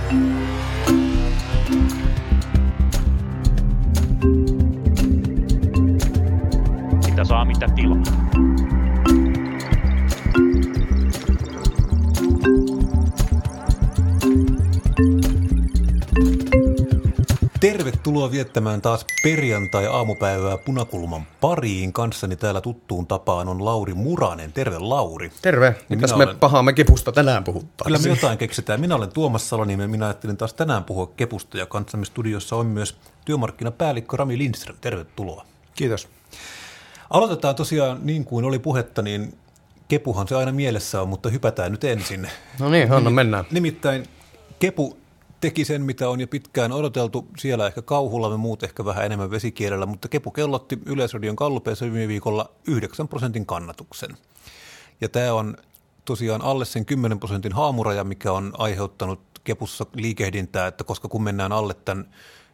Mitä saa, mitä tilaa. Tervetuloa viettämään taas perjantai-aamupäivää Punakulman pariin. Kanssani täällä tuttuun tapaan on Lauri Muranen. Terve, Lauri. Terve. Mitäs me pahaamme kepusta tänään puhuttaa? Kyllä me jotain keksitään. Minä olen Tuomas Saloniemi ja minä ajattelin taas tänään puhua kepusta. Ja kanssamme studiossa on myös työmarkkinapäällikkö Rami Lindström. Tervetuloa. Kiitos. Aloitetaan tosiaan niin kuin oli puhetta, niin kepuhan se aina mielessä on, mutta hypätään nyt ensin. No niin, anna mennään. Nimittäin kepu teki sen, mitä on jo pitkään odoteltu. Siellä ehkä kauhulla, me muut ehkä vähän enemmän vesikielellä, mutta kepu kellotti Yleisradion gallupeissa viime viikolla 9% kannatuksen. Ja tämä on tosiaan alle sen 10% haamuraja, mikä on aiheuttanut kepussa liikehdintää, että koska kun mennään alle tämän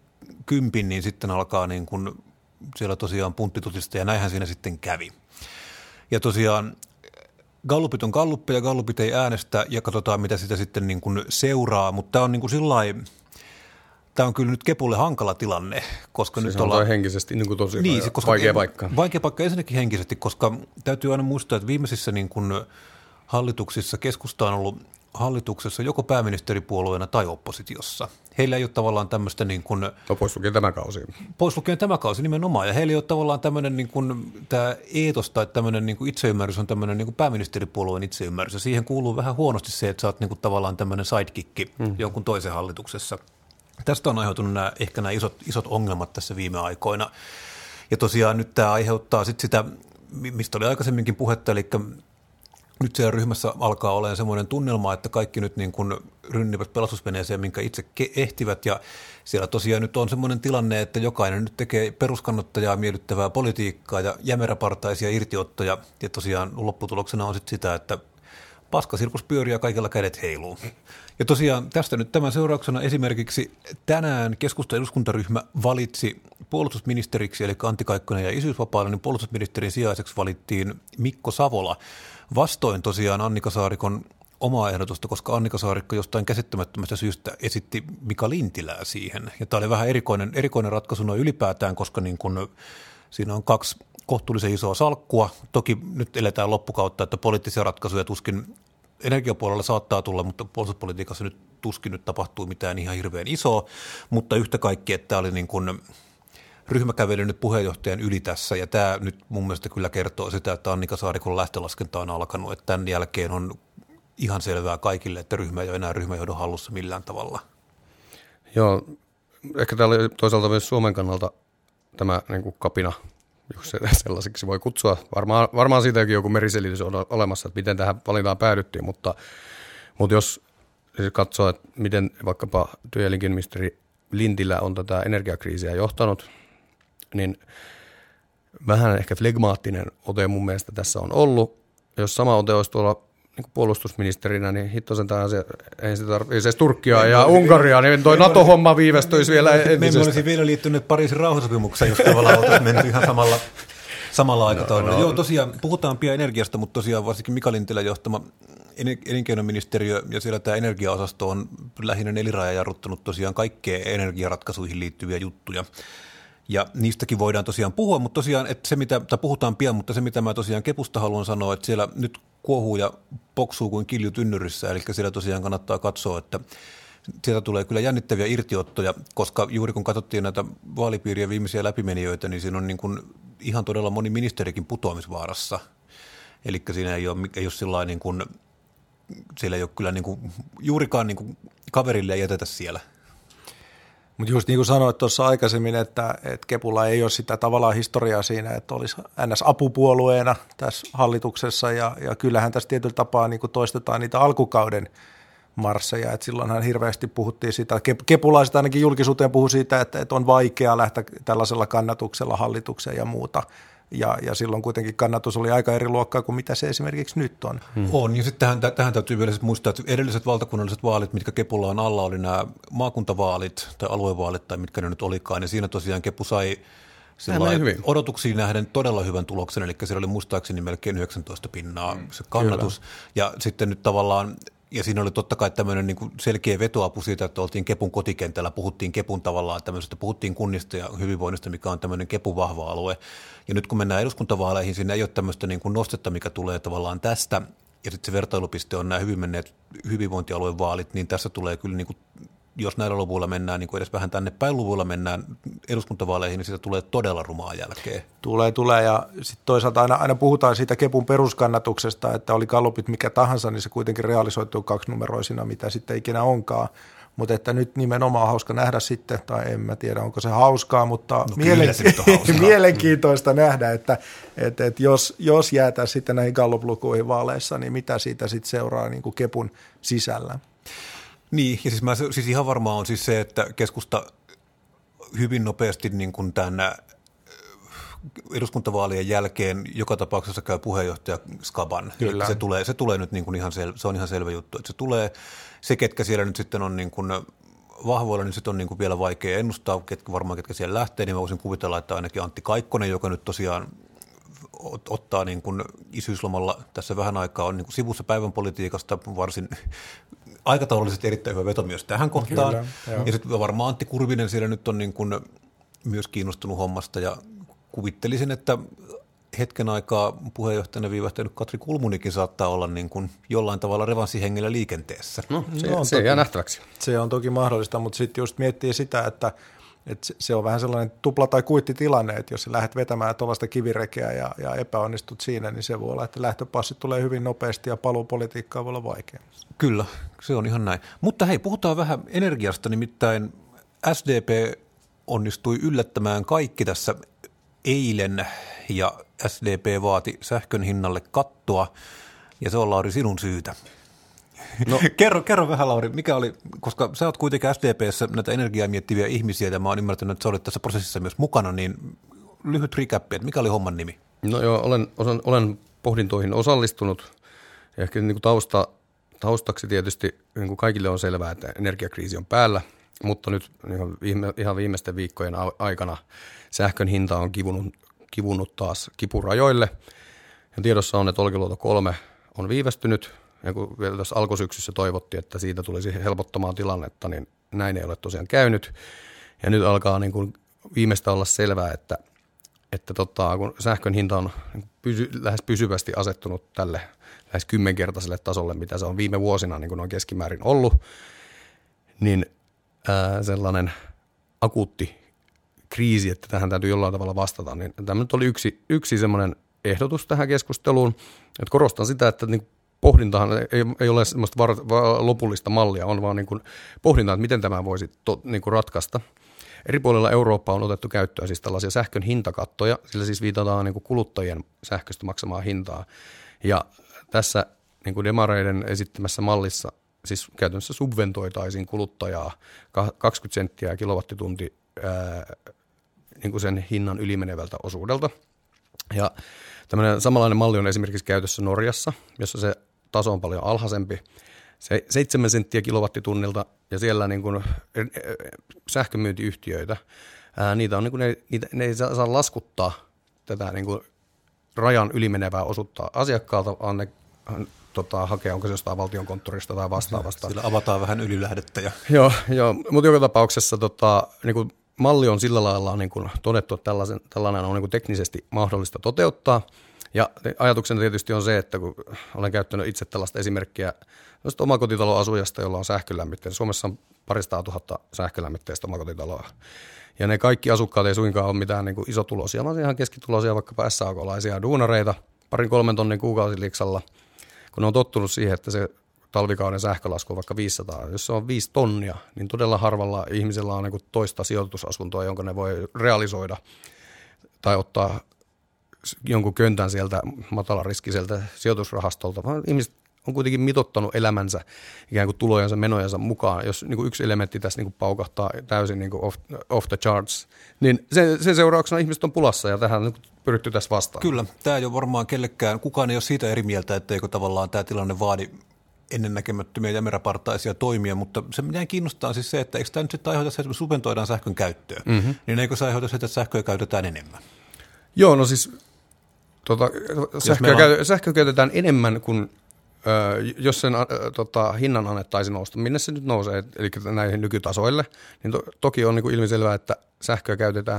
10, niin sitten alkaa niin kuin siellä tosiaan punttitutista ja näinhän siinä sitten kävi. Ja tosiaan gallupit on galluppeja, gallupit ei äänestä ja katsotaan mitä sitä sitten niin kuin seuraa, mutta tämä on niin kuin sillain, tämä on kyllä nyt kepulle hankala tilanne, koska siis nyt ollaan henkisesti niin kuin tosi vaikea paikka. Vaikea paikka ensinnäkin henkisesti, koska täytyy aina muistaa, että viimeisissä niin kuin hallituksissa keskusta on ollut hallituksessa joko pääministeripuolueena tai oppositiossa. Heillä ei ole tavallaan tämmöistä niin kuin pois lukien tämä kausi. Pois lukien tämä kausi nimenomaan. Ja heillä ei ole tavallaan tämmöinen niin kuin tämä eetos tai tämmöinen niin kuin itseymmärrys on tämmöinen niin kuin pääministeripuolueen itseymmärrys. Ja siihen kuuluu vähän huonosti se, että sä oot niin kuin tavallaan tämmöinen sidekicki jonkun toisen hallituksessa. Tästä on aiheutunut ehkä nämä isot ongelmat tässä viime aikoina. Ja tosiaan nyt tämä aiheuttaa sitten sitä, mistä oli aikaisemminkin puhetta, eli nyt siellä ryhmässä alkaa olemaan semmoinen tunnelma, että kaikki nyt niin kuin rynnivät pelastusveneeseen, minkä itse ehtivät. Ja siellä tosiaan nyt on semmoinen tilanne, että jokainen nyt tekee peruskannattajaa miellyttävää politiikkaa ja jämeräpartaisia irtiottoja. Ja tosiaan lopputuloksena on sitten sitä, että paskasirkus pyörii ja kaikilla kädet heiluu. Ja tosiaan tästä nyt tämän seurauksena esimerkiksi tänään keskustan eduskuntaryhmä valitsi puolustusministeriksi, eli Antti Kaikkonen ja isyysvapaalla, niin puolustusministerin sijaiseksi valittiin Mikko Savola. Vastoin tosiaan Annika Saarikon omaa ehdotusta, koska Annika Saarikko jostain käsittämättömästä syystä esitti Mika Lintilää siihen. Ja tämä oli vähän erikoinen ratkaisu noin ylipäätään, koska niin kun siinä on 2 kohtuullisen isoa salkkua. Toki nyt eletään loppukautta, että poliittisia ratkaisuja tuskin energiapuolella saattaa tulla, mutta puolustuspolitiikassa nyt tuskin nyt tapahtuu mitään ihan hirveän isoa. Mutta yhtä kaikki, että tämä oli niin kuin ryhmäkävely nyt puheenjohtajan yli tässä, ja tämä nyt mun mielestä kyllä kertoo sitä, että Annika Saarikon lähtölaskenta on alkanut, että tämän jälkeen on ihan selvää kaikille, että ryhmä ei ole enää ryhmäjohdon hallussa millään tavalla. Joo, ehkä täällä oli toisaalta myös Suomen kannalta tämä niin kuin kapina, jos se sellaisiksi voi kutsua. Varmaan siitäkin joku meriselitys on olemassa, että miten tähän valintaan päädyttiin, mutta jos katsoo, että miten vaikkapa työ- ja elinkeinoministeri Lintilä on tätä energiakriisiä johtanut, niin vähän ehkä flegmaattinen ote mun mielestä tässä on ollut. Jos sama ote olisi tuolla niin puolustusministerinä, niin hittosen tämä asia, ei se tarvitse Turkkia ja Unkaria, niin toi NATO-homma viivästyisi vielä entisestä. Me olisi vielä liittynyt Pariisin rauhansopimukseen, jos tavallaan oltaisiin menty ihan samalla aikataululla. Joo, tosiaan puhutaan pian energiasta, mutta tosiaan varsinkin Mika Lintilän johtama elinkeinoministeriö ja siellä tämä energiaosasto on lähinnä neliraaja jarruttanut tosiaan kaikkeen energiaratkaisuihin liittyviä juttuja. Ja niistäkin voidaan tosiaan puhua, mutta tosiaan, että puhutaan pian, mutta se mitä mä tosiaan kepusta haluan sanoa, että siellä nyt kuohuu ja poksuu kuin kilju tynnyrissä, eli siellä tosiaan kannattaa katsoa, että sieltä tulee kyllä jännittäviä irtiottoja, koska juuri kun katsottiin näitä vaalipiirien viimeisiä läpimenijöitä, niin siinä on niin kuin ihan todella moni ministerikin putoamisvaarassa. Eli siinä ei ole sillain niin kuin, siellä ei ole kyllä niin kuin, juurikaan niin kuin kaverille jätetä siellä. Mutta just niin kuin sanoit tuossa aikaisemmin, että Kepulla ei ole sitä tavallaan historiaa siinä, että olisi NS-apupuolueena tässä hallituksessa ja kyllähän tässä tietyllä tapaa niin kuin toistetaan niitä alkukauden marsseja, että silloinhan hirveästi puhuttiin siitä, kepulaiset ainakin julkisuuteen puhui siitä, että on vaikea lähteä tällaisella kannatuksella hallitukseen ja muuta. Ja silloin kuitenkin kannatus oli aika eri luokkaa kuin mitä se esimerkiksi nyt on. On, ja sitten tähän täytyy vielä muistaa, että edelliset valtakunnalliset vaalit, mitkä Kepulla on alla, oli nämä maakuntavaalit tai aluevaalit tai mitkä ne nyt olikaan, ja siinä tosiaan Kepu sai odotuksiin nähden todella hyvän tuloksen, eli siellä oli muistaakseni melkein 19% se kannatus, ja sitten nyt tavallaan Ja siinä oli totta kai tämmöinen niin kuin selkeä vetoapu siitä, että oltiin Kepun kotikentällä, puhuttiin Kepun tavallaan tämmöisestä, puhuttiin kunnista ja hyvinvoinnista, mikä on tämmöinen Kepun vahva alue. Ja nyt kun mennään eduskuntavaaleihin, siinä ei ole tämmöistä niin kuin nostetta, mikä tulee tavallaan tästä, ja sitten se vertailupiste on nämä hyvin menneet hyvinvointialueen vaalit, niin tässä tulee kyllä, niin kuin, jos näillä luvuilla mennään, niin kuin edes vähän tänne päin luvuilla mennään eduskuntavaaleihin, niin siitä tulee todella rumaa jälkeen. Tulee, ja sitten toisaalta aina puhutaan siitä Kepun peruskannatuksesta, että oli gallupit mikä tahansa, niin se kuitenkin realisoituu kaksinumeroisina, mitä sitten ikinä onkaan. Mutta että nyt nimenomaan hauska nähdä sitten, tai en mä tiedä, onko se hauskaa, mutta mielenkiintoista nähdä, että jos jäätään sitten näihin Gallup-lukuihin vaaleissa, niin mitä siitä sitten seuraa niin kuin Kepun sisällä. Niin, ja siis ihan varmaan on siis se, että keskusta hyvin nopeasti niin kuin tämän eduskuntavaalien jälkeen joka tapauksessa käy puheenjohtaja Skaban. Kyllä. Se tulee nyt niin kuin se on ihan selvä juttu, että se tulee. Se, ketkä siellä nyt sitten on niin kuin vahvoilla, niin sitten on niin kuin vielä vaikea ennustaa, ketkä siellä lähtee, niin mä voisin kuvitella, että ainakin Antti Kaikkonen, joka nyt tosiaan ottaa niin kuin isyyslomalla tässä vähän aikaa, on niin kuin sivussa päivän politiikasta varsin aikataulullisesti erittäin hyvä veto myös tähän kohtaan. Kyllä, ja sitten varmaan Antti Kurvinen siellä nyt on niin kuin myös kiinnostunut hommasta ja kuvittelisin, että hetken aikaa puheenjohtajana viivähtänyt Katri Kulmunikin saattaa olla niin kuin jollain tavalla revanssihengellä liikenteessä. No, se jää nähtäväksi. Se on toki mahdollista, mutta sitten just miettii sitä, että se on vähän sellainen tupla- tai kuittitilanne, että jos sä lähdet vetämään tuollaista kivirekeä ja epäonnistut siinä, niin se voi olla, että lähtöpassi tulee hyvin nopeasti ja paluupolitiikkaa voi olla vaikea. Kyllä, se on ihan näin. Mutta hei, puhutaan vähän energiasta, nimittäin SDP onnistui yllättämään kaikki tässä eilen ja SDP vaati sähkön hinnalle kattoa ja se on Lauri sinun syytä. No. Kerro vähän Lauri, mikä oli, koska sä oot kuitenkin SDP:ssä näitä energiaa miettiviä ihmisiä ja mä oon ymmärtänyt, että sä olet tässä prosessissa myös mukana, niin lyhyt recap, että mikä oli homman nimi? No joo, olen pohdintoihin osallistunut ja ehkä niin kuin taustaksi tietysti niin kuin kaikille on selvää, että energiakriisi on päällä, mutta nyt ihan viimeisten viikkojen aikana sähkön hinta on kivunut taas kipurajoille. Ja tiedossa on, että Olkiluoto 3 on viivästynyt. Ja kun vielä tässä alkusyksyssä toivottiin, että siitä tulisi helpottamaan tilannetta, niin näin ei ole tosiaan käynyt. Ja nyt alkaa niin kuin viimeistä olla selvää, että kun sähkön hinta on lähes pysyvästi asettunut tälle lähes 10-kertaiselle tasolle, mitä se on viime vuosina niin kuin on keskimäärin ollut, niin sellainen akuutti kriisi, että tähän täytyy jollain tavalla vastata, niin tämä nyt oli yksi semmoinen ehdotus tähän keskusteluun, että korostan sitä, että niin pohdintahan ei ole semmoista lopullista mallia, on vaan niin kuin pohdinta, että miten tämä voisi niin kuin ratkaista. Eri puolilla Eurooppaa on otettu käyttöön siis tällaisia sähkön hintakattoja, sillä siis viitataan niin kuin kuluttajien sähköstä maksamaa hintaa. Ja tässä niin kuin demareiden esittämässä mallissa siis käytännössä subventoitaisiin kuluttajaa 20 senttiä kilowattitunti niin kuin sen hinnan ylimenevältä osuudelta. Ja tämmöinen samanlainen malli on esimerkiksi käytössä Norjassa, jossa se taso on paljon alhaisempi. Se 7 senttiä kilowattitunnilta ja siellä niin kuin sähkömyyntiyhtiöitä, niitä on niin kuin ne ei saa laskuttaa tätä niin kuin rajan ylimenevää osuutta asiakkaalta, vaan ne hakea, onko se jostain valtionkonttorista tai vastaavasta. Sillä avataan vähän ylilähdettä. Joo, mutta joka tapauksessa niin kuin malli on sillä lailla niin kuin todettu, että tällainen on niin kuin teknisesti mahdollista toteuttaa. Ja ajatuksena tietysti on se, että kun olen käyttänyt itse tällaista esimerkkiä omakotitaloasujasta, jolla on sähkölämmitteitä. Suomessa on 200 000 sähkölämmitteistä omakotitaloa. Ja ne kaikki asukkaat ei suinkaan ole mitään niin kuin isotuloisia, vaan ihan keskituloisia, vaikkapa SAK-laisia duunareita 2-3 tonnin kuukausiliksalla. Kun ne on tottunut siihen, että se talvikauden sähkölasku on vaikka 500, jos se on 5 tonnia, niin todella harvalla ihmisellä on niin kuin toista sijoitusasuntoa, jonka ne voi realisoida tai ottaa jonkun köntän sieltä matalariskiseltä sijoitusrahastolta, vaan ihmiset on kuitenkin mitottanut elämänsä ikään kuin tulojansa, menojansa mukaan. Jos niin kuin yksi elementti tässä niin kuin paukahtaa täysin niin kuin off the charts, niin sen seurauksena ihmiset on pulassa ja tähän on pyritty tässä vastaan. Kyllä, tämä ei ole varmaan kellekään, kukaan ei ole siitä eri mieltä, etteikö tavallaan tämä tilanne vaadi ennennäkemättömiä jämeräpartaisia toimia, mutta se minä kiinnostaa siis se, että eikö tämä nyt sitten aiheuta se, että me subventoidaan sähkön käyttöön, niin eikö se aiheuta se, että sähköä käytetään enemmän? Joo, no siis sähköä käytetään enemmän kuin jos sen hinnan annettaisiin nousta, minne se nyt nousee, eli näihin nykytasoille, niin toki on niin kuin ilmiselvää, että sähköä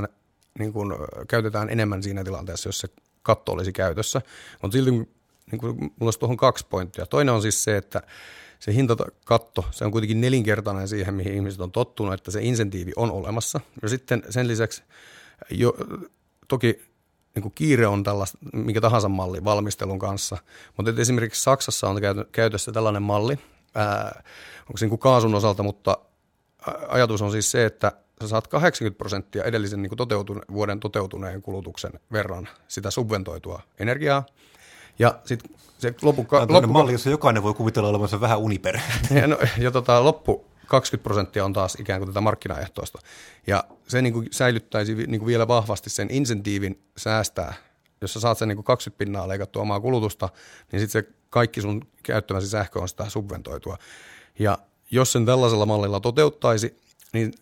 käytetään enemmän siinä tilanteessa, jos se katto olisi käytössä. Mutta silti niin kuin, mulla olisi tuohon 2 pointtia. Toinen on siis se, että se hintakatto, se on kuitenkin 4-kertainen siihen, mihin ihmiset on tottunut, että se insentiivi on olemassa. Ja sitten sen lisäksi toki niin kuin kiire on tällaista, mikä tahansa malli valmistelun kanssa, mutta esimerkiksi Saksassa on käytössä tällainen malli, onko se niin kuin kaasun osalta, mutta ajatus on siis se, että sä saat 80% edellisen niin kuin vuoden toteutuneen kulutuksen verran sitä subventoitua energiaa, ja sitten se malli, jossa jokainen voi kuvitella olevansa vähän Uniper. Loppu 20% on taas ikään kuin tätä markkinaehtoista. Ja se niin kuin säilyttäisi niin kuin vielä vahvasti sen insentiivin säästää. Jos sä saat sen niin kuin 20% leikattua omaa kulutusta, niin sitten se kaikki sun käyttämäsi sähkö on sitä subventoitua. Ja jos sen tällaisella mallilla toteuttaisi, niin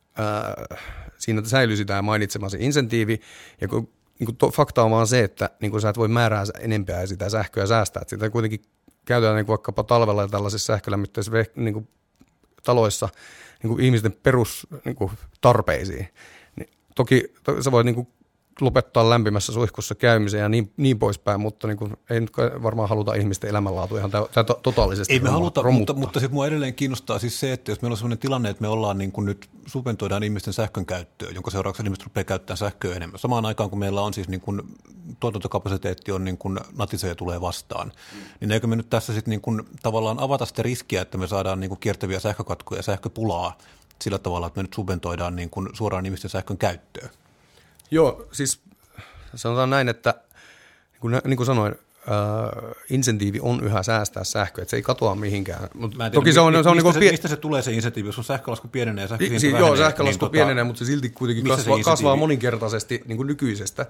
siinä säilyisi tämä mainitsemasi insentiivi. Ja niin kuin fakta on vaan se, että niin kuin sä et voi määrää enempää sitä sähköä säästää. Että sitä kuitenkin käytetään niin kuin vaikkapa talvella ja tällaisissa sähkölämmitteisissä niin kuin taloissa niin kuin ihmisten perustarpeisiin. Niin toki sä voit niin kuin lopettaa lämpimässä suihkussa käymisen ja niin poispäin, mutta niin kuin, ei nyt varmaan haluta ihmisten elämänlaatu ihan totaalisesti ei me haluta, mutta sitten mua edelleen kiinnostaa siis se, että jos meillä on sellainen tilanne, että me ollaan niin kuin nyt subventoidaan ihmisten sähkön käyttöön, jonka seurauksena ihmiset rupeaa käyttämään sähköä enemmän. Samaan aikaan, kun meillä on siis niin kuin tuotantokapasiteetti on niin kuin natisee ja tulee vastaan, niin eikö me nyt tässä sitten niin kuin tavallaan avata sitä riskiä, että me saadaan niin kuin kiertäviä sähkökatkoja ja sähköpulaa sillä tavalla, että me nyt subventoidaan niin kuin suoraan ihmisten sähkön käyttöön? Joo, siis sanotaan näin, että niin kuin sanoin, insentiivi on yhä säästää sähköä, että se ei katoa mihinkään. Toki mistä se tulee se insentiivi, jos on sähkölasku pienenee ja sähköhinta vähenee? Joo, sähkölasku pienenee, mutta se silti kuitenkin kasvaa moninkertaisesti niin kuin nykyisestä.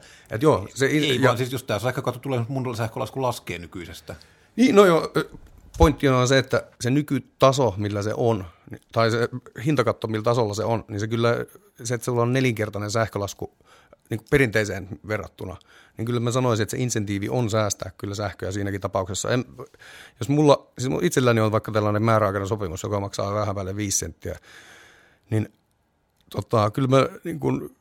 Vaan siis jos tämä sähkökatto tulee, mun sähkölasku laskee nykyisestä. Niin, no joo, pointti on se, että se nykytaso, millä se on, tai se hintakatto, millä tasolla se on, niin se kyllä, se, että sulla on 4-kertainen sähkölasku niin kuin perinteiseen verrattuna, niin kyllä mä sanoisin, että se insentiivi on säästää kyllä sähköä siinäkin tapauksessa. Jos mulla itselläni on vaikka tällainen määräaikainen sopimus, joka maksaa vähän päälle 5 senttiä, niin kyllä mä niin kuin,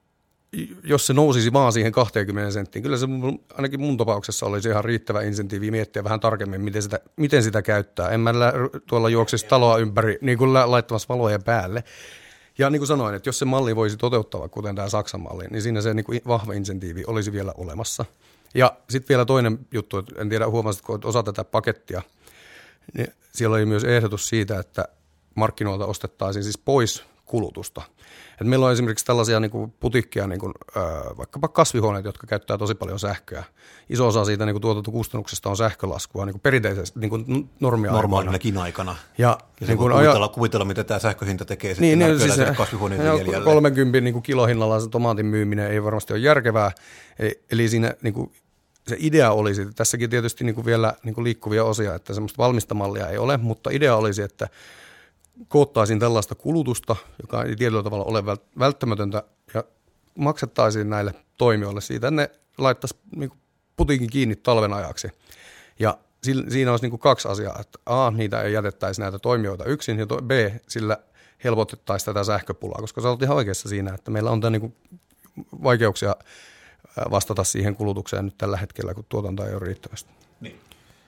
jos se nousisi vaan siihen 20 senttiin, kyllä se ainakin mun tapauksessa olisi ihan riittävä insentiivi miettiä vähän tarkemmin, miten sitä käyttää. En mä tuolla juoksisi taloa ympäri niin kuin laittamassa valoja päälle. Ja niin kuin sanoin, että jos se malli voisi toteuttaa, kuten tämä Saksan malli, niin siinä se niin kuin vahva insentiivi olisi vielä olemassa. Ja sitten vielä toinen juttu, että en tiedä huomasitko osa tätä pakettia, niin siellä oli myös ehdotus siitä, että markkinoilta ostettaisiin siis pois kulutusta. Et meillä on esimerkiksi tällaisia niin kuin putiikkeja, niin kuin, vaikkapa kasvihuoneet, jotka käyttää tosi paljon sähköä. Iso osa siitä niin kuin tuotantokustannuksesta on sähkölaskua niin kuin perinteisesti niin kuin normaalinakin aikana. Ja niin kuin kuvitella, mitä tämä sähköhinta tekee sitten siis kasvihuoneiden jäljellä. 30 niin kuin kilohinnalla se tomaatin myyminen ei varmasti ole järkevää. Eli siinä niin kuin se idea olisi, tässäkin tietysti niin kuin vielä niin kuin liikkuvia osia, että semmoista valmista mallia ei ole, mutta idea olisi, että koottaisiin tällaista kulutusta, joka ei tietyllä tavalla ole välttämätöntä, ja maksettaisiin näille toimijoille siitä, että ne laittaisi niin kuin putiikin kiinni talven ajaksi. Ja siinä olisi niin kuin 2 asiaa, että A, niitä ei jätettäisi näitä toimijoita yksin, ja B, sillä helpotettaisiin tätä sähköpulaa, koska sä olet ihan oikeassa siinä, että meillä on niin kuin vaikeuksia vastata siihen kulutukseen nyt tällä hetkellä, kun tuotanto ei ole riittävästi. Niin.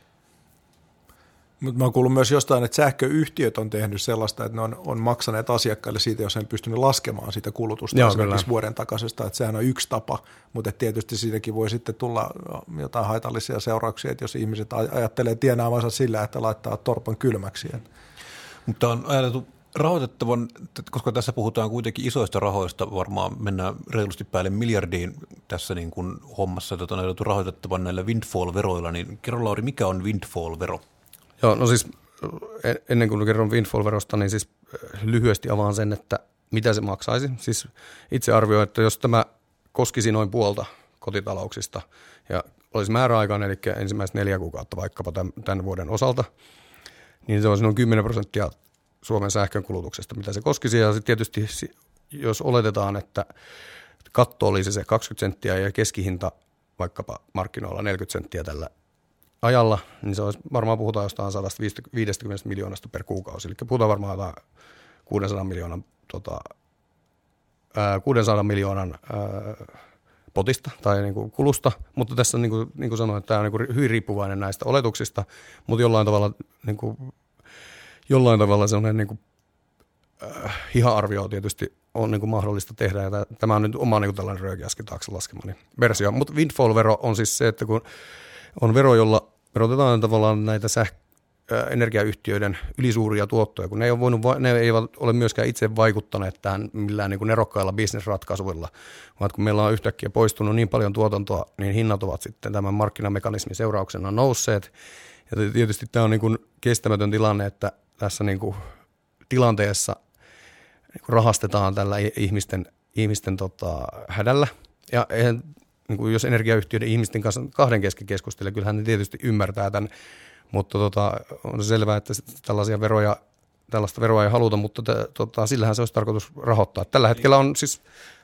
Mutta mä oon kuullut myös jostain, että sähköyhtiöt on tehnyt sellaista, että ne on maksaneet asiakkaille siitä, jos en pystynyt laskemaan sitä kulutusta esimerkiksi vuoden takaisesta, että sehän on yksi tapa, mutta tietysti siitäkin voi sitten tulla jotain haitallisia seurauksia, että jos ihmiset ajattelee tienaavansa sillä, että laittaa torpan kylmäksi. Mutta on ajateltu rahoitettavan, koska tässä puhutaan kuitenkin isoista rahoista, varmaan mennään reilusti päälle miljardiin tässä niin kuin hommassa, että on ajateltu rahoitettavan näillä windfall-veroilla, niin kerro Lauri, mikä on windfall-vero? Joo, no siis ennen kuin kerron windfall-verosta, niin siis lyhyesti avaan sen, että mitä se maksaisi. Siis itse arvioin, että jos tämä koskisi noin puolta kotitalouksista ja olisi määräaikainen, eli ensimmäiset 4 kuukautta vaikkapa tämän vuoden osalta, niin se olisi noin 10% Suomen sähkön kulutuksesta, mitä se koskisi. Ja sitten tietysti, jos oletetaan, että katto olisi se 20 senttiä ja keskihinta vaikkapa markkinoilla 40 senttiä tällä ajalla, niin se olisi, varmaan puhutaan jostain 150 miljoonasta per kuukausi. Eli puhutaan varmaan jotain 600 miljoonan potista tai niin kuin kulusta, mutta tässä niin kuin sanoin, että tämä on niin kuin hyvin riippuvainen näistä oletuksista, mutta jollain tavalla sellainen niin kuin, hiha-arvio tietysti on niin kuin mahdollista tehdä, ja tämä on nyt oma niin kuin tällainen röökiäsken taakse laskemani versio. Mutta windfall-vero on siis se, että kun on vero, jolla verotetaan tavallaan näitä energiayhtiöiden ylisuuria tuottoja, kun ne eivät ole myöskään itse vaikuttaneet tähän millään niin kuin nerokkailla bisnesratkaisuilla, vaan kun meillä on yhtäkkiä poistunut niin paljon tuotantoa, niin hinnat ovat sitten tämän markkinamekanismin seurauksena nousseet. Ja tietysti tämä on niin kuin kestämätön tilanne, että tässä niin kuin tilanteessa niin kuin rahastetaan tällä ihmisten hädällä. Ja eihän, niin kuin jos energiayhtiöiden ihmisten kanssa kahden kesken keskustelee, kyllähän ne tietysti ymmärtää tämän, mutta on selvää, että tällaista veroa ei haluta, mutta sillähän se olisi tarkoitus rahoittaa. Tällä hetkellä on siis,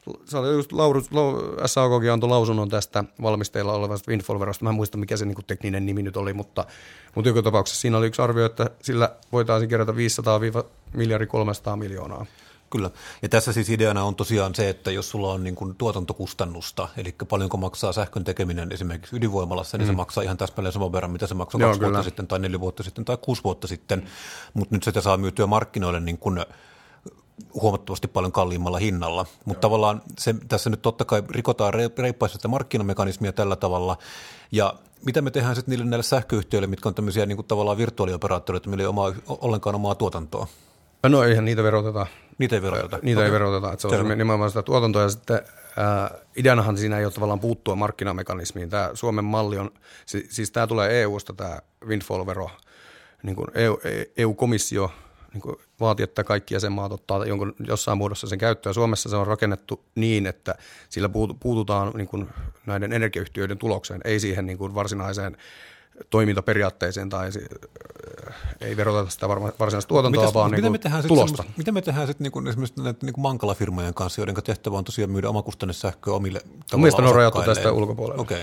SAKkin antoi lausunnon tästä valmisteilla olevasta windfall-verosta. Mä en muista, mikä se niin kuin tekninen nimi nyt oli, mutta joka tapauksessa siinä oli yksi arvio, että sillä voitaisiin kerätä 500–300 miljoonaa. Kyllä. Ja tässä siis ideana on tosiaan se, että jos sulla on niin kuin tuotantokustannusta, eli paljonko maksaa sähkön tekeminen esimerkiksi ydinvoimalassa, niin se maksaa ihan täsmälleen saman verran, mitä se maksoi 2 vuotta sitten tai 4 vuotta sitten tai 6 vuotta sitten, mutta nyt sitä saa myytyä markkinoille niin kuin huomattavasti paljon kalliimmalla hinnalla. Mutta tavallaan tässä nyt totta kai rikotaan reippaasti sitä markkinamekanismia tällä tavalla, ja mitä me tehdään sitten näille sähköyhtiöille, mitkä on tämmöisiä niin kuin tavallaan virtuaalioperaattoreita, millä ei ole ollenkaan omaa tuotantoa? No eihän niitä veroteta. Niitä ei veroteta. Ei veroteta, että se on nimenomaan sitä tuotantoa, ja sitten ideanahan siinä ei ole tavallaan puuttua markkinamekanismiin. Tämä Suomen malli on, siis tämä tulee EUsta tämä windfall-vero, niin kuin EU-komissio niin kuin vaatii, että kaikki jäsenmaat ottaa jossain muodossa sen käyttöön. Suomessa se on rakennettu niin, että sillä puututaan niin kuin näiden energiayhtiöiden tulokseen, ei siihen niin kuin varsinaiseen toimintaperiaatteeseen tai ei veroteta sitä varsinaista tuotantoa, vaan niin tulosta. Miten me tehdään sitten niin esimerkiksi näiden niin Mankala-firmojen kanssa, joiden tehtävä on tosiaan myydä omakustannesähköä omille osakkaille? Mielestäni on rajattu tästä ulkopuolelle. Okei.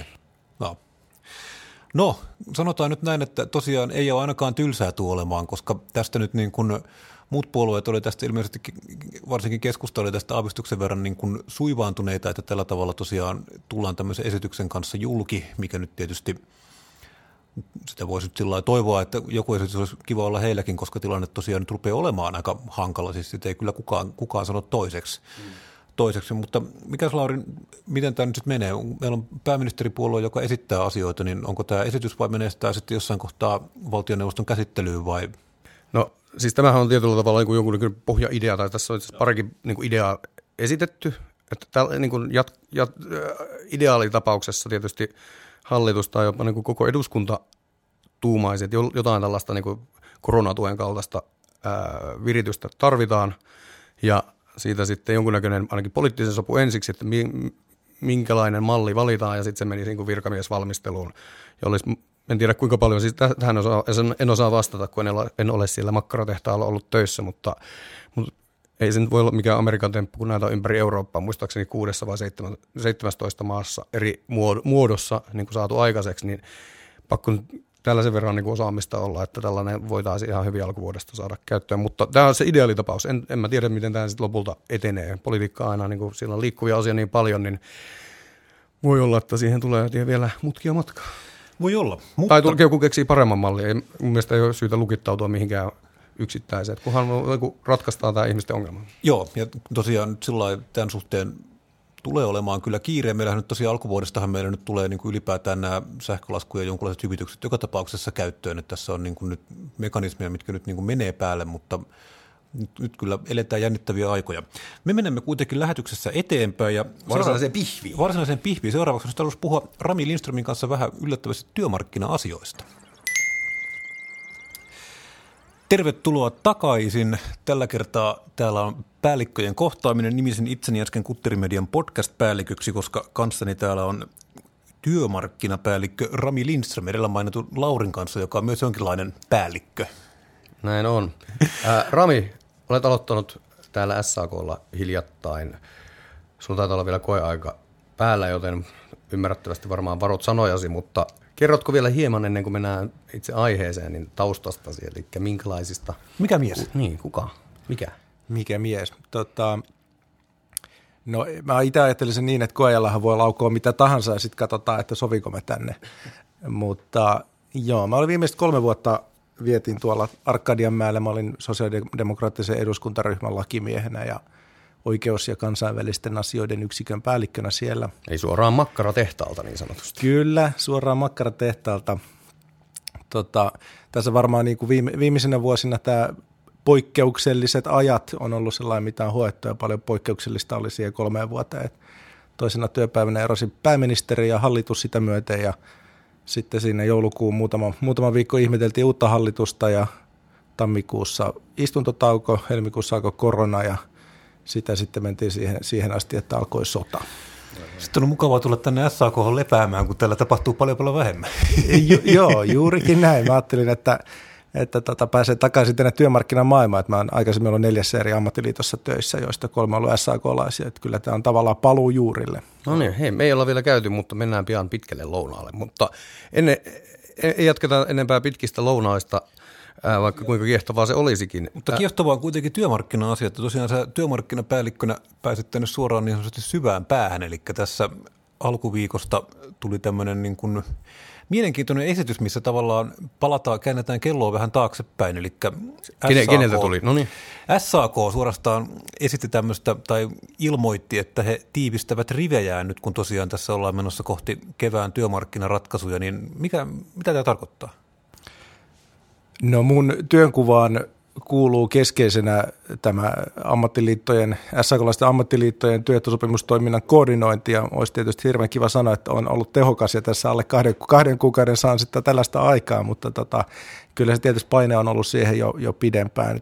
No, sanotaan nyt näin, että tosiaan ei ole ainakaan tylsää olemaan, koska tästä nyt niin kuin muut puolueet oli tästä ilmeisesti, varsinkin keskusta oli tästä aavistuksen verran niin kuin suivaantuneita, että tällä tavalla tosiaan tullaan tämmöisen esityksen kanssa julki, mikä nyt tietysti sitä voisi nyt sillä toivoa, että joku esitys olisi kiva olla heilläkin, koska tilanne tosiaan nyt rupeaa olemaan aika hankala, siis sitä ei kyllä kukaan sano toiseksi. Mutta mikäs Lauri, miten tämä nyt sitten menee? Meillä on pääministeripuolue, joka esittää asioita, niin onko tämä esitys vai menee sitä sitten jossain kohtaa valtioneuvoston käsittelyyn vai? No siis tämähän on tietyllä tavalla niin kuin jonkun pohjaidea, tai tässä on parikin niin kuin ideaa esitetty, että niin kuin ideaalitapauksessa tietysti hallitus tai jopa niin kuin koko eduskunta tuumaisi, että jotain tällaista niin kuin koronatuen kaltaista viritystä tarvitaan, ja siitä sitten jonkunnäköinen ainakin poliittisen sopu ensiksi, että minkälainen malli valitaan, ja sitten se meni niin kuin virkamiesvalmisteluun. Ja en tiedä kuinka paljon, siis tähän en osaa vastata, kun en ole siellä makkaratehtaalla ollut töissä, mutta ei se nyt voi olla mikään Amerikan temppu, kun näitä on ympäri Eurooppaa, muistaakseni 6 vai 17 maassa eri muodossa niin kuin saatu aikaiseksi, niin pakko nyt tällaisen verran niin kuin osaamista olla, että tällainen voitaisiin ihan hyvin alkuvuodesta saada käyttöön, mutta tämä on se ideaalitapaus. En mä tiedä, miten tämä sitten lopulta etenee. Politiikka aina, niin kuin siinä on liikkuvia asioita niin paljon, niin voi olla, että siihen tulee vielä mutkia matkaa. Voi olla. Mutta tai joku keksii paremman mallin. Mun mielestä ei ole syytä lukittautua mihinkään yksittäiseen, kunhan ratkaistaan tämä ihmisten ongelma. Joo, ja tosiaan nyt sillain tämän suhteen tulee olemaan kyllä kiire. Meillähän nyt tosiaan alkuvuodestahan meillä nyt tulee niin kuin ylipäätään nämä sähkölaskuja ja jonkinlaiset hyvitykset joka tapauksessa käyttöön, että tässä on niin kuin nyt mekanismeja, mitkä nyt niin kuin menee päälle, mutta nyt kyllä eletään jännittäviä aikoja. Me menemme kuitenkin lähetyksessä eteenpäin. Ja varsinaiseen pihviin. Seuraavaksi on tarkoitus puhua Rami Lindströmin kanssa vähän yllättävästi työmarkkina-asioista. Tervetuloa takaisin. Tällä kertaa täällä on päällikköjen kohtaaminen. Nimisin itseni äsken Kutterimedian podcast-päälliköksi, koska kanssani täällä on työmarkkinapäällikkö Rami Lindström, edellä mainitun Laurin kanssa, joka on myös jonkinlainen päällikkö. Näin on. Rami, olet aloittanut täällä SAK:lla hiljattain. Sulla taitaa olla vielä koeaika päällä, joten ymmärrettävästi varmaan varot sanojasi, mutta Kerrotko vielä hieman ennen kuin mennään itse aiheeseen, niin taustastasi, eli minkälaisista... Mikä mies? Niin, kuka? Mikä? Mikä mies? No mä itse ajattelin sen niin, että koeajallahan voi laukoa mitä tahansa ja sitten katsotaan, että soviko me tänne. Mutta joo, mä olin viimeiset 3 vuotta vietin tuolla Arkadianmäellä. Mä olin sosiaalidemokraattisen eduskuntaryhmän lakimiehenä ja oikeus- ja kansainvälisten asioiden yksikön päällikkönä siellä. Ei suoraan makkaratehtaalta niin sanotusti. Kyllä, suoraan makkaratehtaalta. Tässä varmaan niin kuin viimeisenä vuosina tämä poikkeukselliset ajat on ollut sellainen, mitä on hoettu ja paljon poikkeuksellista oli siihen 3 vuoteen. Toisena työpäivänä erosi pääministeri ja hallitus sitä myöten ja sitten siinä joulukuun muutama viikko ihmeteltiin uutta hallitusta ja tammikuussa istuntotauko, helmikuussa alkoi korona ja sitä sitten mentiin siihen asti, että alkoi sota. Sitten on mukavaa tulla tänne SAK:hon lepäämään, kun täällä tapahtuu paljon vähemmän. Joo, juurikin näin. Mä ajattelin, että pääsee takaisin tänne työmarkkinamaailmaan. Että mä oon aikaisemmin ollut 4 eri ammattiliitossa töissä, joista 3 on ollut SAK-laisia. Että kyllä tämä on tavallaan paluu juurille. No niin, hei, me ei olla vielä käyty, mutta mennään pian pitkälle lounaalle. Mutta ei jatketa enempää pitkistä lounaista, vaikka kuinka kiehtovaa se olisikin. Mutta kiehtovaa on kuitenkin työmarkkina-asiat. Tosiaan sä työmarkkinapäällikkönä pääsit tänne suoraan niin sanotusti syvään päähän. Eli tässä alkuviikosta tuli tämmöinen niin kuin mielenkiintoinen esitys, missä tavallaan käännetään kelloa vähän taaksepäin. Eli keneltä tuli? No niin. SAK suorastaan esitti tämmöistä tai ilmoitti, että he tiivistävät rivejään nyt, kun tosiaan tässä ollaan menossa kohti kevään työmarkkinaratkaisuja. Niin mitä tämä tarkoittaa? No mun työnkuvaan kuuluu keskeisenä tämä SAK-laisten ammattiliittojen työehtosopimustoiminnan koordinointi ja olisi tietysti hirveän kiva sanoa, että on ollut tehokas ja tässä alle 2 kuukauden saan sitten tällaista aikaa, mutta kyllä se tietysti paine on ollut siihen jo pidempään.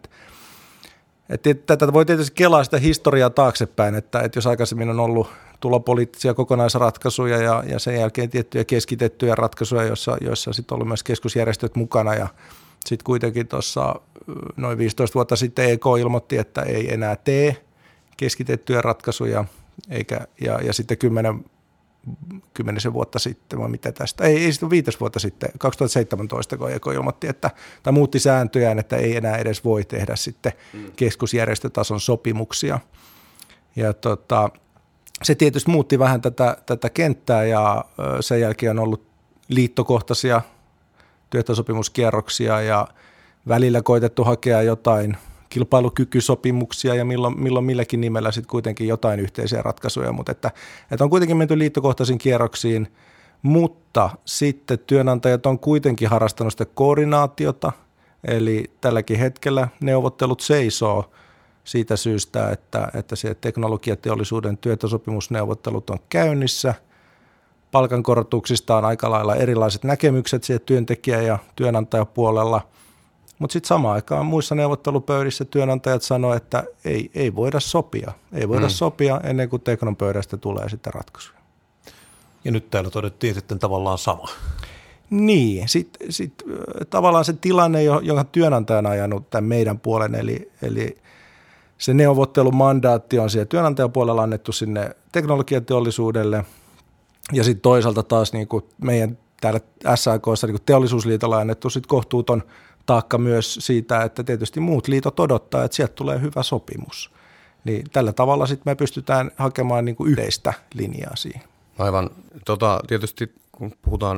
Tätä voi tietysti kelaa sitä historiaa taaksepäin, että jos aikaisemmin on ollut tulopoliittisia kokonaisratkaisuja ja sen jälkeen tiettyjä keskitettyjä ratkaisuja, joissa sitten on ollut myös keskusjärjestöt mukana ja sitten kuitenkin tuossa noin 15 vuotta sitten EK ilmoitti, että ei enää tee keskitettyjä ratkaisuja, ja sitten 10 vuotta sitten, vai mitä tästä, ei sitten 5 vuotta sitten, 2017, kun EK ilmoitti, tai muutti sääntöjään, että ei enää edes voi tehdä sitten keskusjärjestötason sopimuksia. Ja se tietysti muutti vähän tätä kenttää, ja sen jälkeen on ollut liittokohtaisia työehtosopimuskierroksia ja välillä koitettu hakea jotain kilpailukykysopimuksia ja milloin milläkin nimellä sitten kuitenkin jotain yhteisiä ratkaisuja, mutta että on kuitenkin menty liittokohtaisiin kierroksiin, mutta sitten työnantajat on kuitenkin harrastanut sitä koordinaatiota, eli tälläkin hetkellä neuvottelut seisoo siitä syystä, että se teknologiateollisuuden työehtosopimusneuvottelut on käynnissä. Palkankorotuksista on aika lailla erilaiset näkemykset siellä työntekijä- ja työnantajapuolella, mutta sitten samaan aikaan muissa neuvottelupöydissä työnantajat sanoo, että ei voida sopia. Ei voida sopia ennen kuin teknon pöydästä tulee sitten ratkaisuja. Ja nyt täällä todettiin sitten tavallaan sama. Niin, sit tavallaan se tilanne, jonka työnantaja on ajanut tämän meidän puolen, eli se neuvottelumandaatti on siellä työnantajapuolella annettu sinne teknologiateollisuudelle, ja sitten toisaalta taas niin kuin meidän täällä SAK:ssa niin kuin teollisuusliitolla annettu sit kohtuuton taakka myös siitä, että tietysti muut liitot odottaa, että sieltä tulee hyvä sopimus. Niin tällä tavalla sitten me pystytään hakemaan niin kuin yleistä linjaa siihen. Aivan. Tietysti kun puhutaan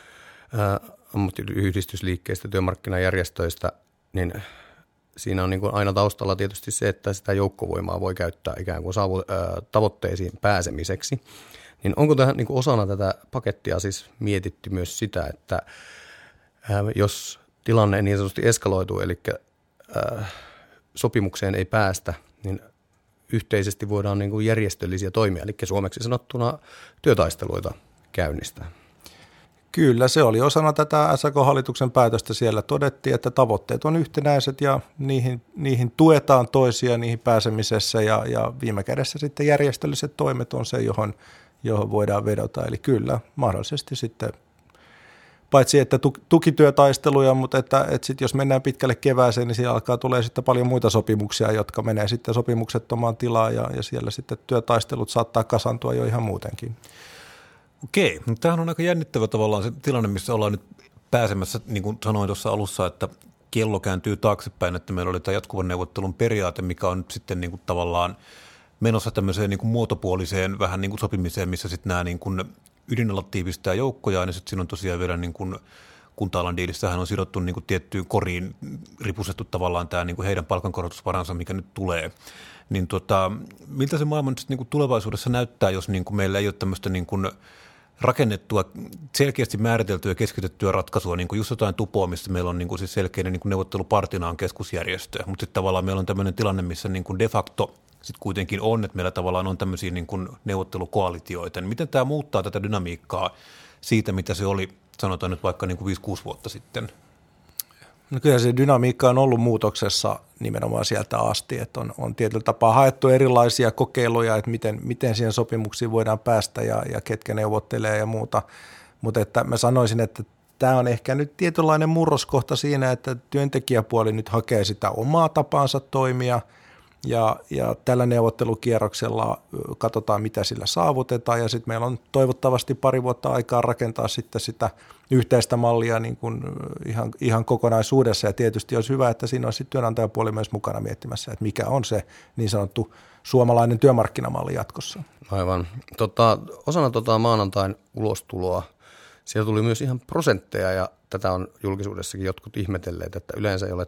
ammattiyhdistysliikkeistä, työmarkkinajärjestöistä, niin siinä on niin kuin aina taustalla tietysti se, että sitä joukkovoimaa voi käyttää ikään kuin tavoitteisiin pääsemiseksi. Niin onko tähän niin kuin osana tätä pakettia siis mietitty myös sitä, että jos tilanne niin sanotusti eskaloituu, eli sopimukseen ei päästä, niin yhteisesti voidaan niin kuin järjestöllisiä toimia, eli suomeksi sanottuna työtaisteluita käynnistää? Kyllä, se oli osana tätä SAK-hallituksen päätöstä. Siellä todettiin, että tavoitteet on yhtenäiset ja niihin tuetaan toisia niihin pääsemisessä ja viime kädessä sitten järjestölliset toimet on se, johon voidaan vedota. Eli kyllä, mahdollisesti sitten, paitsi että tukityötaisteluja, mutta että sitten jos mennään pitkälle kevääseen, niin siellä alkaa tulee sitten paljon muita sopimuksia, jotka menee sitten sopimuksettomaan tilaan ja siellä sitten työtaistelut saattaa kasantua jo ihan muutenkin. Okei, mutta tämähän on aika jännittävä tavallaan se tilanne, missä ollaan nyt pääsemässä, niin kuin sanoin tuossa alussa, että kello kääntyy taaksepäin, että meillä oli tämä jatkuvan neuvottelun periaate, mikä on nyt sitten niin kuin tavallaan menossa tämmöiseen niin kuin muotopuoliseen vähän niin kuin sopimiseen, missä sitten nämä niin kuin ydinalat tiivistää joukkojaan, ja sitten siinä on tosiaan vielä niin kuin kunta-alan diilissähän on sidottu niin kuin tiettyyn koriin, ripustettu tavallaan tämä niin kuin heidän palkankorotusvaransa, mikä nyt tulee. Niin miltä se maailma nyt niin kuin tulevaisuudessa näyttää, jos niin kuin meillä ei ole tämmöistä niin kuin rakennettua, selkeästi määriteltyä ja keskitettyä ratkaisua, niin kuin just jotain tupoa, missä meillä on niin kuin siis selkeinen niin kuin neuvottelupartina on keskusjärjestö, mutta sitten tavallaan meillä on tämmöinen tilanne, missä niin kuin de facto sitten kuitenkin on, että meillä tavallaan on tämmöisiä niin kuin neuvottelukoalitioita. Niin miten tämä muuttaa tätä dynamiikkaa siitä, mitä se oli, sanotaan nyt vaikka niin kuin 5-6 vuotta sitten? No kyllä se dynamiikka on ollut muutoksessa nimenomaan sieltä asti, että on tietyllä tapaa haettu erilaisia kokeiluja, että miten siihen sopimuksiin voidaan päästä ja ketkä neuvottelee ja muuta, mutta että mä sanoisin, että tämä on ehkä nyt tietynlainen murroskohta siinä, että työntekijäpuoli nyt hakee sitä omaa tapaansa toimia ja tällä neuvottelukierroksella katsotaan, mitä sillä saavutetaan ja sitten meillä on toivottavasti pari vuotta aikaa rakentaa sitten sitä yhteistä mallia niin kuin ihan kokonaisuudessa ja tietysti olisi hyvä, että siinä olisi työnantajapuoli myös mukana miettimässä, että mikä on se niin sanottu suomalainen työmarkkinamalli jatkossa. Aivan. Osana maanantain ulostuloa siellä tuli myös ihan prosentteja ja tätä on julkisuudessakin jotkut ihmetelleet, että yleensä ei ole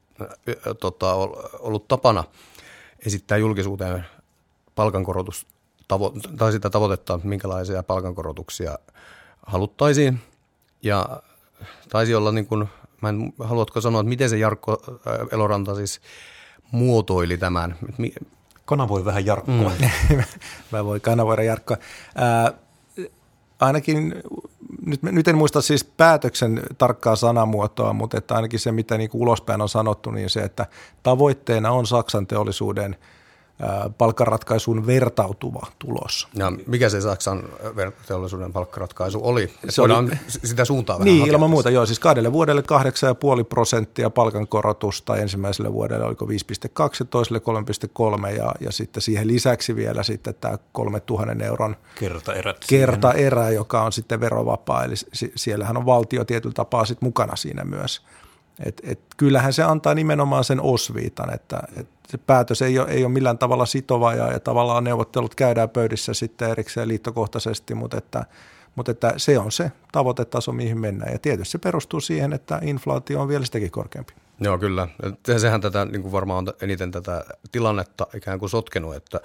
ollut tapana esittää julkisuuteen palkankorotus tai sitä tavoitetta, minkälaisia palkankorotuksia haluttaisiin. Ja taisi olla, niin kuin, haluatko sanoa, että miten se Jarkko Eloranta siis muotoili tämän? Kanavoi vähän Jarkkoa. Mä voin kanavoida Jarkkoa. Ainakin, nyt en muista siis päätöksen tarkkaa sanamuotoa, mutta että ainakin se, mitä niin kuin ulospäin on sanottu, niin se, että tavoitteena on Saksan teollisuuden palkkaratkaisun vertautuva tulos. Ja mikä se Saksan teollisuuden palkkaratkaisu oli? Voidaan sitä suuntaa vähän niin, hakea ilman muuta, joo. Siis 2 vuodelle 8,5% palkankorotusta, ensimmäiselle vuodelle oliko 5,2 ja toiselle 3,3 ja sitten siihen lisäksi vielä sitten tämä 3 000 euron kertaerä, joka on sitten verovapaa, eli siellähän on valtio tietyllä tapaa sitten mukana siinä myös. Et kyllähän se antaa nimenomaan sen osviitan, että se päätös ei ole millään tavalla sitova ja tavallaan neuvottelut käydään pöydissä sitten erikseen liittokohtaisesti, mutta että se on se tavoitetaso, mihin mennään. Ja tietysti se perustuu siihen, että inflaatio on vielä sitäkin korkeampi. Joo, kyllä. Sehän tätä, niin kuin varmaan on eniten tätä tilannetta ikään kuin sotkenut, että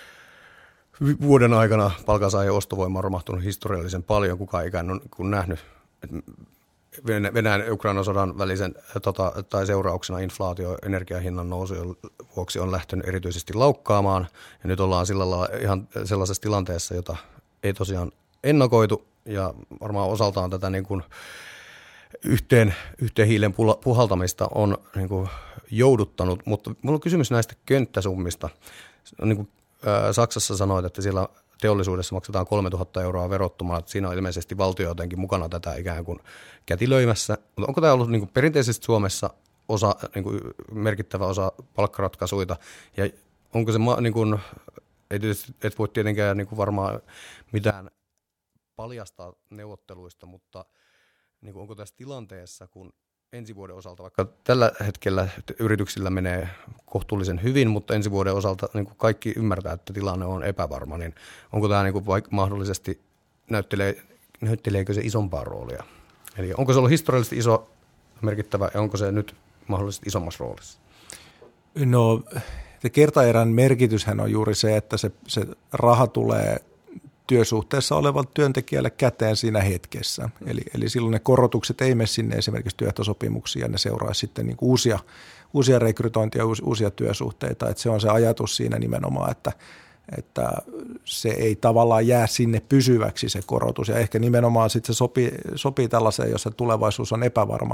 vuoden aikana palkansaajien ostovoima on romahtunut historiallisen paljon, kukaan ikään kuin nähnyt, että Venäjän ja Ukrainan sodan välisen tai seurauksena inflaatio energiahinnan nousujen vuoksi on lähtenyt erityisesti laukkaamaan. Ja nyt ollaan sillä lailla ihan sellaisessa tilanteessa, jota ei tosiaan ennakoitu. Ja varmaan osaltaan tätä niin kuin yhteen hiilen puhaltamista on niin kuin jouduttanut. Mutta minulla on kysymys näistä könttäsummista. Niin kuin Saksassa sanoit, että siellä teollisuudessa maksetaan 3 000 euroa verottomana. Siinä on ilmeisesti valtio jotenkin mukana tätä ikään kuin kätilöimässä. Mutta onko tämä ollut niin kuin perinteisesti Suomessa niin kuin merkittävä osa palkkaratkaisuita? Ja onko se, niin kuin, et voi tietenkään niin kuin varmaan mitään paljastaa neuvotteluista, mutta niin kuin onko tässä tilanteessa, kun ensi vuoden osalta, vaikka tällä hetkellä yrityksillä menee kohtuullisen hyvin, mutta ensi vuoden osalta niin kuin kaikki ymmärtää, että tilanne on epävarma, niin onko tämä niin kuin mahdollisesti, näytteleekö se isompaa roolia? Eli onko se ollut historiallisesti iso merkittävä ja onko se nyt mahdollisesti isommassa roolissa? No, se kertaerän merkityshän on juuri se, että se raha tulee työsuhteessa olevalta työntekijälle käteen siinä hetkessä. Eli silloin ne korotukset ei mene sinne esimerkiksi työehtosopimuksiin ja ne seuraa sitten niin kuin uusia rekrytointia, uusia työsuhteita. Että se on se ajatus siinä nimenomaan, että se ei tavallaan jää sinne pysyväksi se korotus. Ja ehkä nimenomaan sitten se sopii tällaiseen, jossa tulevaisuus on epävarma.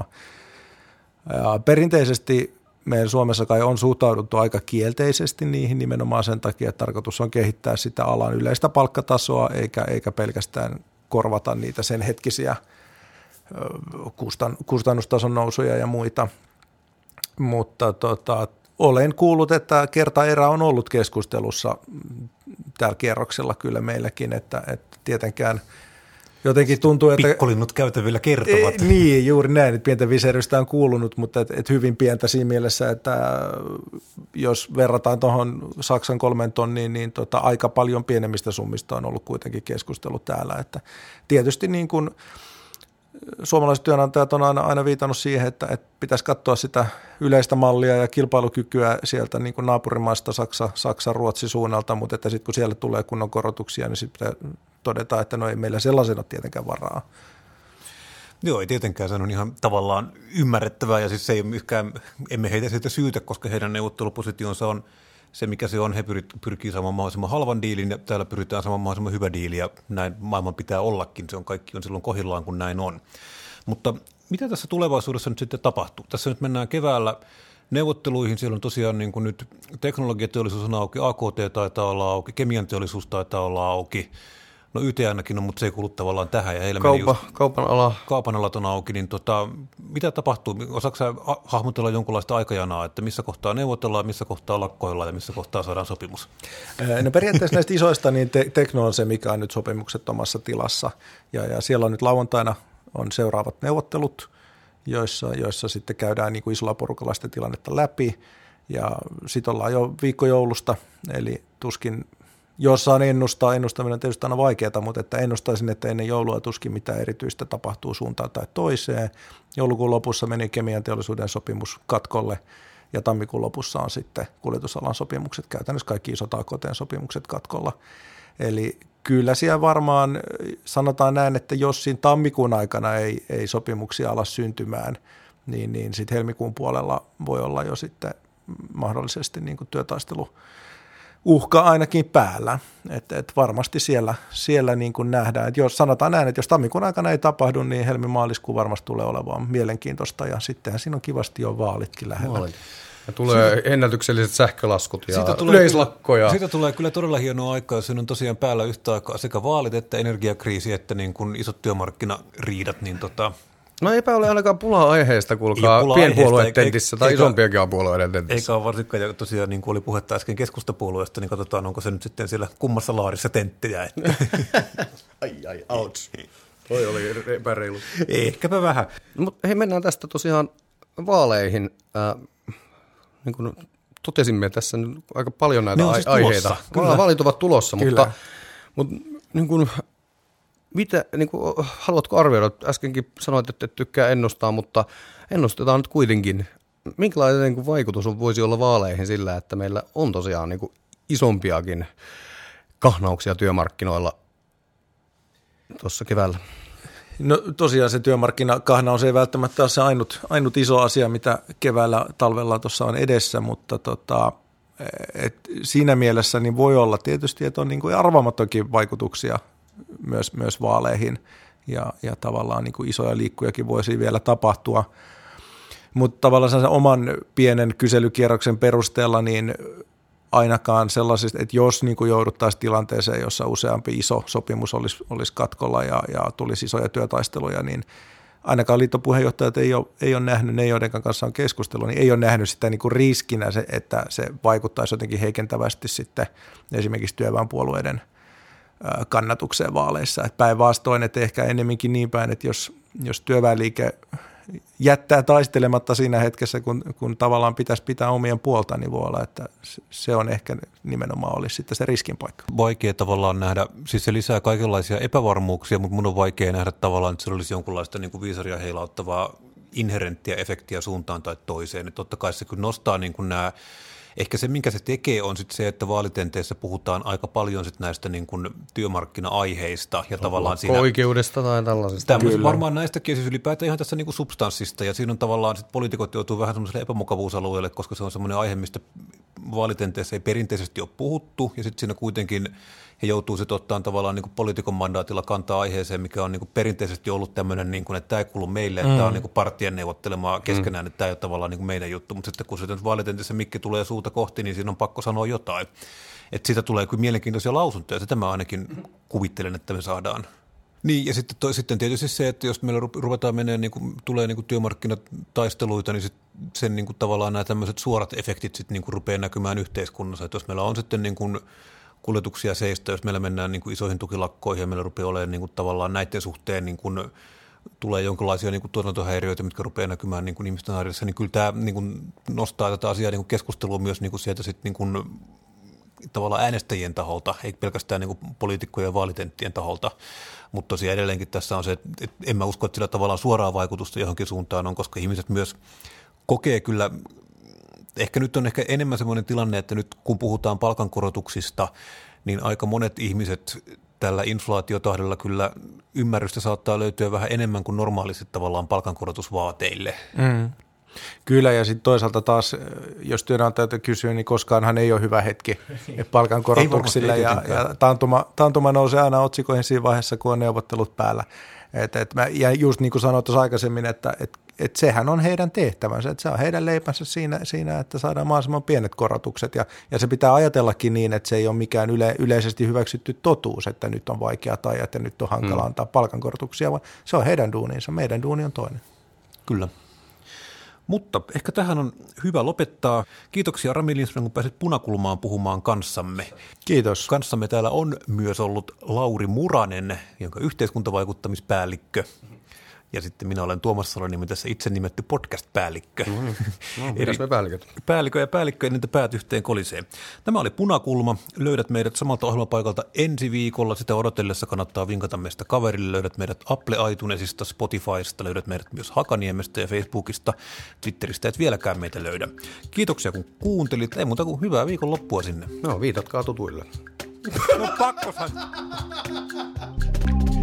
Ja perinteisesti meidän Suomessa kai on suhtauduttu aika kielteisesti niihin nimenomaan sen takia, että tarkoitus on kehittää sitä alan yleistä palkkatasoa eikä pelkästään korvata niitä sen hetkisiä kustannustason nousuja ja muita. Mutta olen kuullut, että kertaerä on ollut keskustelussa tällä kierroksella kyllä meilläkin, että tietenkään Jotenkin tuntuu, että... Pikkolinnut käytävillä kertovat. Niin, juuri näin, että pientä viserystä on kuulunut, mutta et hyvin pientä siinä mielessä, että jos verrataan tuohon Saksan 3 tonniin, niin aika paljon pienemmistä summista on ollut kuitenkin keskustelu täällä. Että tietysti niin kuin suomalaiset työnantajat on aina viitannut siihen, että pitäisi katsoa sitä yleistä mallia ja kilpailukykyä sieltä niin kuin naapurimaista Saksa-Ruotsi suunnalta, mutta että sitten kun siellä tulee kunnon korotuksia, niin sitten pitää todeta, että no ei meillä sellaisen ole tietenkään varaa. Joo, ei tietenkään, se on ihan tavallaan ymmärrettävää ja siis se ei ole myöskään, emme heitä siitä syytä, koska heidän neuvottelupositionsa on se, mikä se on, he pyrkii saamaan mahdollisimman halvan diilin ja täällä pyritään saamaan mahdollisimman hyvä diili ja näin maailman pitää ollakin, se on kaikki on silloin kohdillaan, kun näin on. Mutta mitä tässä tulevaisuudessa nyt sitten tapahtuu? Tässä nyt mennään keväällä neuvotteluihin, siellä on tosiaan niin kuin nyt teknologiateollisuus on auki, AKT taitaa olla auki, kemian teollisuus taitaa olla auki, no YT ainakin on, mutta se ei kuulu tavallaan tähän. Ja heillä kaupan alat on auki, niin mitä tapahtuu? Osaatko sä hahmotella jonkunlaista aikajanaa, että missä kohtaa neuvotellaan, missä kohtaa lakkoillaan ja missä kohtaa saadaan sopimus? No periaatteessa näistä isoista, niin Tekno on se, mikä on nyt sopimukset omassa tilassa. Ja siellä on nyt lauantaina on seuraavat neuvottelut, joissa sitten käydään niin kuin isolla porukalla sitä tilannetta läpi. Ja sitten ollaan jo viikkojoulusta, eli tuskin... Jos saan ennustaminen on tietysti aina vaikeaa, mutta että ennustaisin, että ennen joulua tuskin mitään erityistä tapahtuu suuntaan tai toiseen. Joulukuun lopussa meni kemian teollisuuden sopimus katkolle ja tammikuun lopussa on sitten kuljetusalan sopimukset, käytännössä kaikki isot AKT-sopimukset katkolla. Eli kyllä siellä varmaan sanotaan näin, että jos siinä tammikuun aikana ei sopimuksia ala syntymään, niin sitten helmikuun puolella voi olla jo sitten mahdollisesti niin kuin työtaistelu uhka ainakin päällä, että varmasti siellä niin kuin nähdään, että jos sanotaan näin, että jos tammikuun aikana ei tapahdu, niin helmi-maaliskuu varmasti tulee olemaan mielenkiintoista ja sittenhän siinä on kivasti jo vaalitkin lähellä. Ja tulee ennätykselliset sähkölaskut ja yleislakkoja. Siitä tulee kyllä todella hienoa aikaa, siinä on tosiaan päällä yhtä aikaa sekä vaalit että energiakriisi että niin kuin isot työmarkkinariidat, niin No eipä ole ainakaan pulaa aiheesta, kuulkaa pienpuolueet tentissä tai isompiakin puolueiden tentissä. Eikä ole varsinkaan, ja tosiaan niin kuin oli puhetta äsken keskustapuolueesta, niin katsotaan, onko se nyt sitten siellä kummassa laarissa tenttejä. Ouch. Toi oli epäreilu. Ehkäpä vähän. Mutta hei, mennään tästä tosiaan vaaleihin. Niin kuin totesimme tässä nyt aika paljon näitä aiheita. Vaalit ovat tulossa, mutta niin kuin... haluatko arvioida? Äskenkin sanoit, että et tykkää ennustaa, mutta ennustetaan nyt kuitenkin. Minkälainen niin kuin vaikutus voisi olla vaaleihin sillä, että meillä on tosiaan niin kuin isompiakin kahnauksia työmarkkinoilla tuossa keväällä? No tosiaan se työmarkkinakahnaus ei välttämättä ole se ainut iso asia, mitä keväällä talvella tuossa on edessä, mutta siinä mielessä niin voi olla tietysti, että on niin kuin arvaamatonkin vaikutuksia myös vaaleihin ja tavallaan niin kuin isoja liikkujakin voisi vielä tapahtua. Mutta tavallaan sen oman pienen kyselykierroksen perusteella niin ainakaan sellaisista, että jos niin kuin jouduttaisiin tilanteeseen, jossa useampi iso sopimus olisi katkolla ja tulisi isoja työtaisteluja, niin ainakaan liiton puheenjohtajat ei ole nähnyt, ne joiden kanssa on keskustellut, niin ei ole nähnyt sitä niin kuin riskinä, että se vaikuttaisi jotenkin heikentävästi sitten esimerkiksi työväenpuolueiden kannatukseen vaaleissa. Että päinvastoin, että ehkä ennemminkin niin päin, että jos työväenliike jättää taistelematta siinä hetkessä, kun tavallaan pitäisi pitää omien puolta, niin voi olla, että se on ehkä nimenomaan olisi sitten se riskin paikka. Vaikea tavallaan nähdä, siis se lisää kaikenlaisia epävarmuuksia, mutta mun on vaikea nähdä tavallaan, että se olisi jonkunlaista niin kuin viisaria heilauttavaa inherenttiä efektiä suuntaan tai toiseen. Että totta kai se kyllä nostaa niin kuin nämä. Ehkä se, minkä se tekee, on sitten se, että vaalitenteissä puhutaan aika paljon sit näistä niin kuin työmarkkina-aiheista ja tavallaan siinä oikeudesta tai tällaisesta. Varmaan näistäkin siis ylipäätään ihan tässä niin kuin substanssista ja siinä on tavallaan sit poliitikot joutuu vähän semmoiselle epämukavuusalueelle, koska se on semmoinen aihe, mistä vaalitenteissä ei perinteisesti ole puhuttu ja sitten siinä kuitenkin he joutuu sitten ottamaan tavallaan niin kuin poliitikon mandaatilla kantaa aiheeseen, mikä on niin kuin perinteisesti ollut tämmöinen, niin kuin, että tämä ei kuulu meille, että tämä on niin kuin partien neuvottelemaa keskenään, että tämä ei ole tavallaan niin kuin meidän juttu, mutta sitten kun sitten vaalitentissä mikki tulee suuta kohti, niin siinä on pakko sanoa jotain. Että siitä tulee kyllä mielenkiintoisia lausuntoja, sitä mä ainakin kuvittelen, että me saadaan. Niin, ja sitten tietysti se, että jos meillä ruvetaan menemään, niin kuin, tulee niin kuin työmarkkinataisteluita, niin sen niin kuin, tavallaan nämä tämmöiset suorat efektit sitten niin kuin rupeaa näkymään yhteiskunnassa. Että jos meillä on sitten niin kuin kuljetuksia seistä, jos meillä mennään niin kuin isoihin tukilakkoihin ja meillä rupeaa olemaan niin kuin tavallaan näiden suhteen niin kuin tulee jonkinlaisia niin kuin tuotantohäiriöitä, mitkä rupeaa näkymään niin kuin ihmisten arjessa, niin kyllä tämä niin kuin nostaa tätä asiaa niin kuin keskustelua myös niin kuin sieltä sit niin kuin tavallaan äänestäjien taholta, ei pelkästään niin kuin poliitikkojen ja vaalitenttien taholta, mutta tosiaan edelleenkin tässä on se, että en mä usko, että sillä tavallaan suoraa vaikutusta johonkin suuntaan on, koska ihmiset myös kokee kyllä, ehkä nyt on enemmän semmoinen tilanne, että nyt kun puhutaan palkankorotuksista, niin aika monet ihmiset tällä inflaatiotahdella kyllä ymmärrystä saattaa löytyä vähän enemmän kuin normaalisti tavallaan palkankorotusvaateille. Kyllä, ja sitten toisaalta taas, jos työnantajat kysyy, niin koskaanhan ei ole hyvä hetki palkankorotuksille, ja taantuma nousee aina otsikoihin siinä vaiheessa, kun on neuvottelut päällä. Ja just niin kuin sanoin tuossa aikaisemmin, että sehän on heidän tehtävänsä, että se on heidän leipänsä siinä, että saadaan mahdollisimman pienet korotukset, ja se pitää ajatellakin niin, että se ei ole mikään yleisesti hyväksytty totuus, että nyt on vaikeat ajat ja nyt on hankala antaa palkankorotuksia, vaan se on heidän duuninsa, meidän duuni on toinen. Kyllä. Mutta ehkä tähän on hyvä lopettaa. Kiitoksia Rami Lindström, kun pääsit Punakulmaan puhumaan kanssamme. Kiitos. Kanssamme täällä on myös ollut Lauri Muranen, jonka yhteiskuntavaikuttamispäällikkö. Ja sitten minä olen Tuomas Salonimi, tässä itse nimetty podcast-päällikkö. Mitäs me päälliköt? Päällikkö ja niitä päät yhteen kolisee. Tämä oli Punakulma. Löydät meidät samalta ohjelmapaikalta ensi viikolla. Sitä odotellessa kannattaa vinkata meistä kaverille. Löydät meidät Apple iTunesista, Spotifysta, löydät meidät myös Hakaniemestä ja Facebookista. Twitteristä et vieläkään meitä löydä. Kiitoksia kun kuuntelit. Ei muuta kuin hyvää viikonloppua sinne. No, viitatkaa tutuille. No pakkohan.